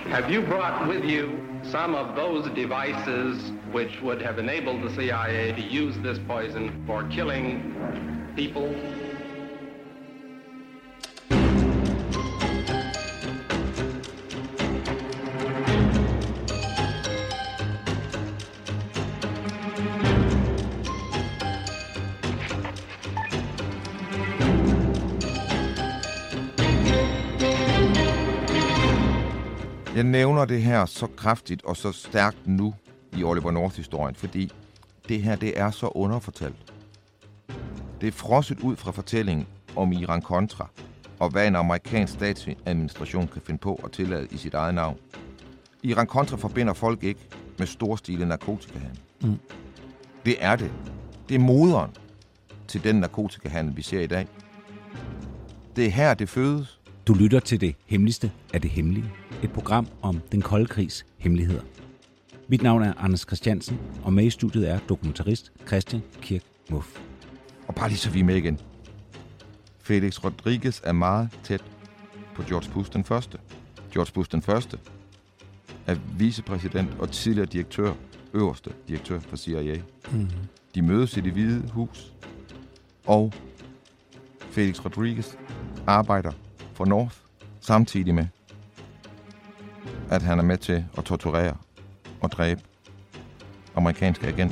Have you brought with you some of those devices which would have enabled the CIA to use this poison for killing people? Jeg nævner det her så kraftigt og så stærkt nu i Oliver North-historien, fordi det her, det er så underfortalt. Det er frosset ud fra fortællingen om Iran-Contra, og hvad en amerikansk statsadministration kan finde på at tillade i sit eget navn. Iran-Contra forbinder folk ikke med storstilet narkotikahandel. Det er det. Det er moderen til den narkotikahandel, vi ser i dag. Det er her, det fødes. Du lytter til det hemmeligste af det hemmelige. Et program om den kolde krigs hemmeligheder. Mit navn er Anders Christiansen, og med i studiet er dokumentarist Christian Kirk Muff. Og bare lige så vi er med igen. Felix Rodriguez er meget tæt på George Bush den første. George Bush den første er vicepræsident og tidligere øverste direktør for CIA. De mødes i Det Hvide Hus, og Felix Rodriguez arbejder for North, samtidig med, at han er med til at torturere og dræbe amerikanske agenter.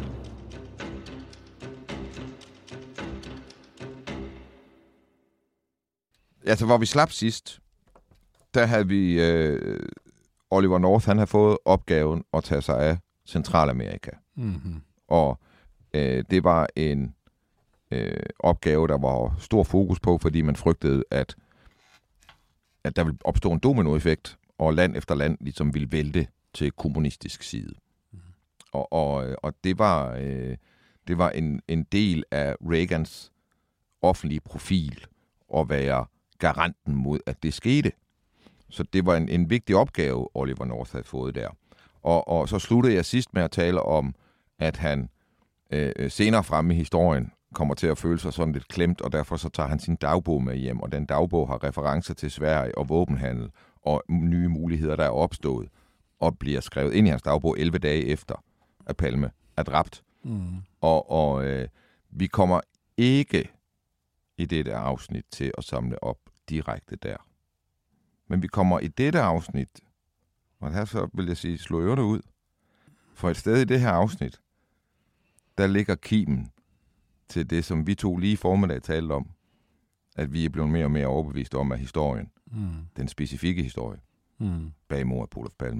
Altså, hvor vi slap sidst, der havde vi Oliver North, han havde fået opgaven at tage sig af Centralamerika. Og det var en opgave, der var stor fokus på, fordi man frygtede, at der ville opstå en dominoeffekt, og land efter land ligesom ville vælte til kommunistisk side. Og det var en del af Reagans offentlige profil at være garanten mod, at det skete. Så det var en vigtig opgave, Oliver North havde fået der. Og så sluttede jeg sidst med at tale om, at han senere fremme i historien kommer til at føle sig sådan lidt klemt, og derfor så tager han sin dagbog med hjem, og den dagbog har referencer til Sverige og våbenhandel og nye muligheder, der er opstået, og bliver skrevet ind i hans dagbog 11 dage efter, at Palme er dræbt. Og vi kommer ikke i dette afsnit til at samle op direkte der. Men vi kommer i dette afsnit, og her så vil jeg sige, slå ørerne ud, for et sted i det her afsnit, der ligger kimen til det, som vi to lige i formiddag talte om, at vi er blevet mere og mere overbevist om, at historien, den specifikke historie, bag mordet på Olof Palme.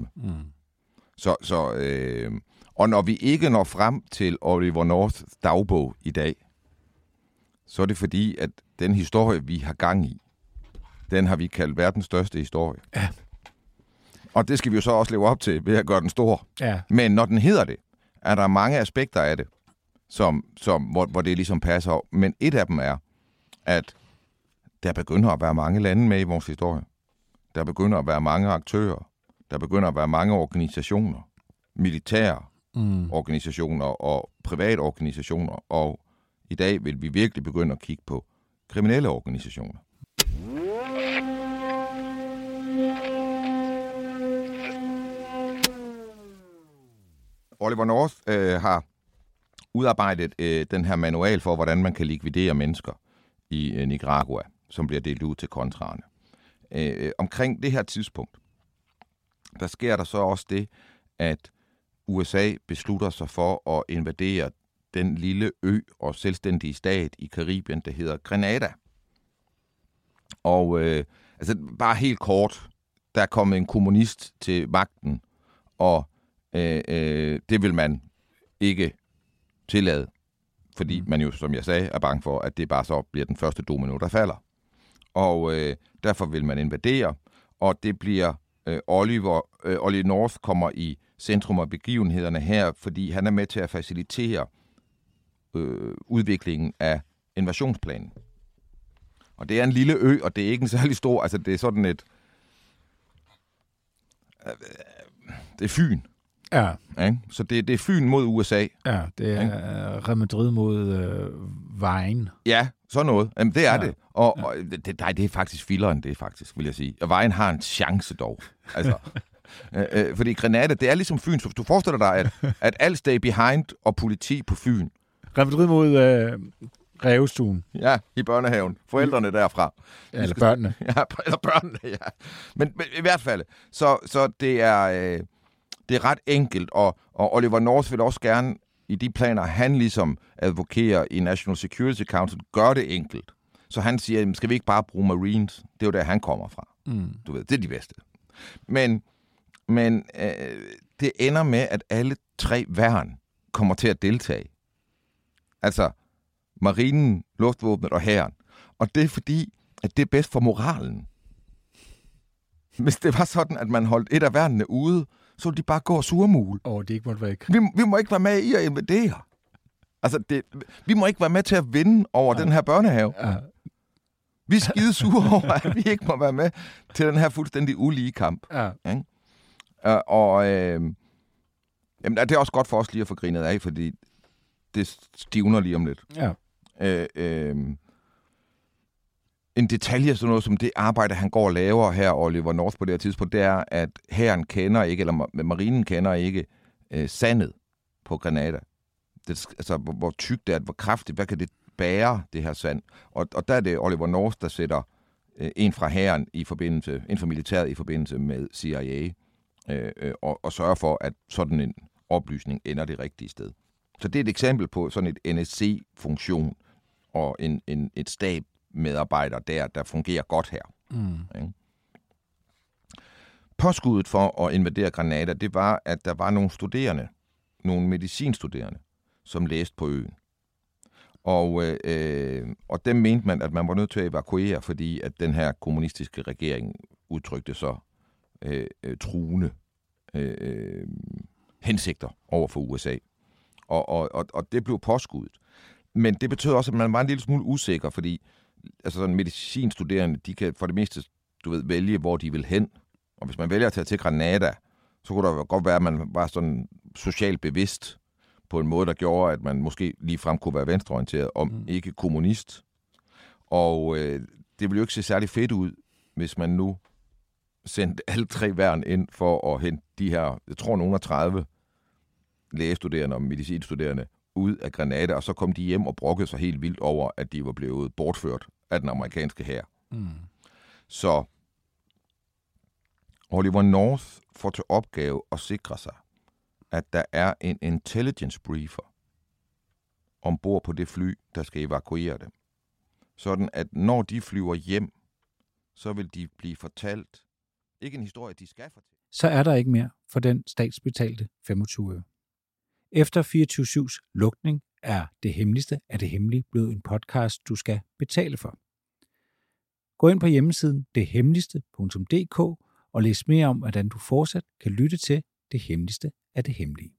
Og når vi ikke når frem til Oliver Norths dagbog i dag, så er det fordi, at den historie, vi har gang i, den har vi kaldt verdens største historie. Ja. Og det skal vi jo så også leve op til ved at gøre den stor. Ja. Men når den hedder det, er der mange aspekter af det, hvor det ligesom passer. Men et af dem er, at der begynder at være mange lande med i vores historie. Der begynder at være mange aktører. Der begynder at være mange organisationer. Militære organisationer og private organisationer. Og i dag vil vi virkelig begynde at kigge på kriminelle organisationer. Oliver North har udarbejdet den her manual for, hvordan man kan likvidere mennesker i Nicaragua, som bliver delt ud til kontraerne. Omkring det her tidspunkt, der sker der så også det, at USA beslutter sig for at invadere den lille ø og selvstændige stat i Karibien, der hedder Grenada. Og bare helt kort, der er kommet en kommunist til magten, og det vil man ikke tillade, fordi man jo, som jeg sagde, er bange for, at det bare så bliver den første domino, der falder. Og derfor vil man invadere, og det bliver Oliver North kommer i centrum af begivenhederne her, fordi han er med til at facilitere udviklingen af invasionsplanen. Og det er en lille ø, og det er ikke en særlig stor, altså det er sådan et... det er Fyn. Ja. Ikke? Så det er Fyn mod USA. Ja, det er Real Madrid mod Vejen. Ja, sådan noget. Jamen, det er det. Og det er faktisk vildere end det, faktisk, vil jeg sige. Og Vejen har en chance dog. Altså, Fordi Grenada, det er ligesom Fyn, så du forestiller dig, at alt stay behind og politi på Fyn. Real Madrid mod Rævestuen. Ja, i børnehaven. Forældrene derfra. Ja, eller børnene. Ja, eller børnene, ja. Men i hvert fald, så det er ret enkelt, og Oliver North vil også gerne, i de planer, han ligesom advokerer i National Security Council, gør det enkelt. Så han siger, skal vi ikke bare bruge Marines? Det er jo der, han kommer fra. Du ved, det er de bedste. Men det ender med, at alle 3 værn kommer til at deltage. Altså, marinen, luftvåbnet og hæren. Og det er fordi, at det er bedst for moralen. Hvis det var sådan, at man holdt et af værnene ude, så ville de bare gå og surmule. De ikke måtte væk. Vi må ikke være med i at invadere. Altså, vi må ikke være med til at vinde over den her børnehave. Ja. Vi er skide sure over, at vi ikke må være med til den her fuldstændig ulige kamp. Ja. Jamen, det er også godt for os lige at få grinet af, fordi det stivner lige om lidt. Ja. En detalje, sådan noget som det arbejde, han går og laver her, Oliver North, på det her tidspunkt, det er, at hæren kender ikke, eller marinen kender ikke sandet på Grenada. Altså, hvor tykt det er, hvor kraftigt, hvad kan det bære, det her sand? Og der er det Oliver North, der sætter en fra hæren en fra militæret i forbindelse med CIA, og sørger for, at sådan en oplysning ender det rigtige sted. Så det er et eksempel på sådan et NSC-funktion og et stab-medarbejder der fungerer godt her. Okay? Påskuddet for at invadere Grenada, det var, at der var nogle medicinstuderende, som læste på øen. Og dem mente man, at man var nødt til at evakuere, fordi at den her kommunistiske regering udtrykte så truende hensigter over for USA. Og det blev påskuddet. Men det betød også, at man var en lille smule usikker, fordi altså sådan medicinstuderende, de kan for det meste, vælge, hvor de vil hen. Og hvis man vælger at tage til Grenada, så kunne der godt være, at man var sådan socialt bevidst på en måde, der gjorde, at man måske ligefrem kunne være venstreorienteret, om ikke kommunist. Og det ville jo ikke se særlig fedt ud, hvis man nu sendte alle 3 værn ind for at hente de her, jeg tror nogen af 30 lægestuderende og medicinstuderende ud af Grenada, og så kom de hjem og brokkede sig helt vildt over, at de var blevet bortført af den amerikanske hær. Så Oliver North får til opgave at sikre sig, at der er en intelligence briefer ombord på det fly, der skal evakuere dem. Sådan at når de flyver hjem, så vil de blive fortalt, ikke en historie, de skal fortælle. Så er der ikke mere for den statsbetalte 25 øre. Efter 24/7's lukning er Det Hemmeligste af det Hemmelige blevet en podcast, du skal betale for. Gå ind på hjemmesiden dethemmeligste.dk og læs mere om, hvordan du fortsat kan lytte til Det Hemmeligste af det Hemmelige.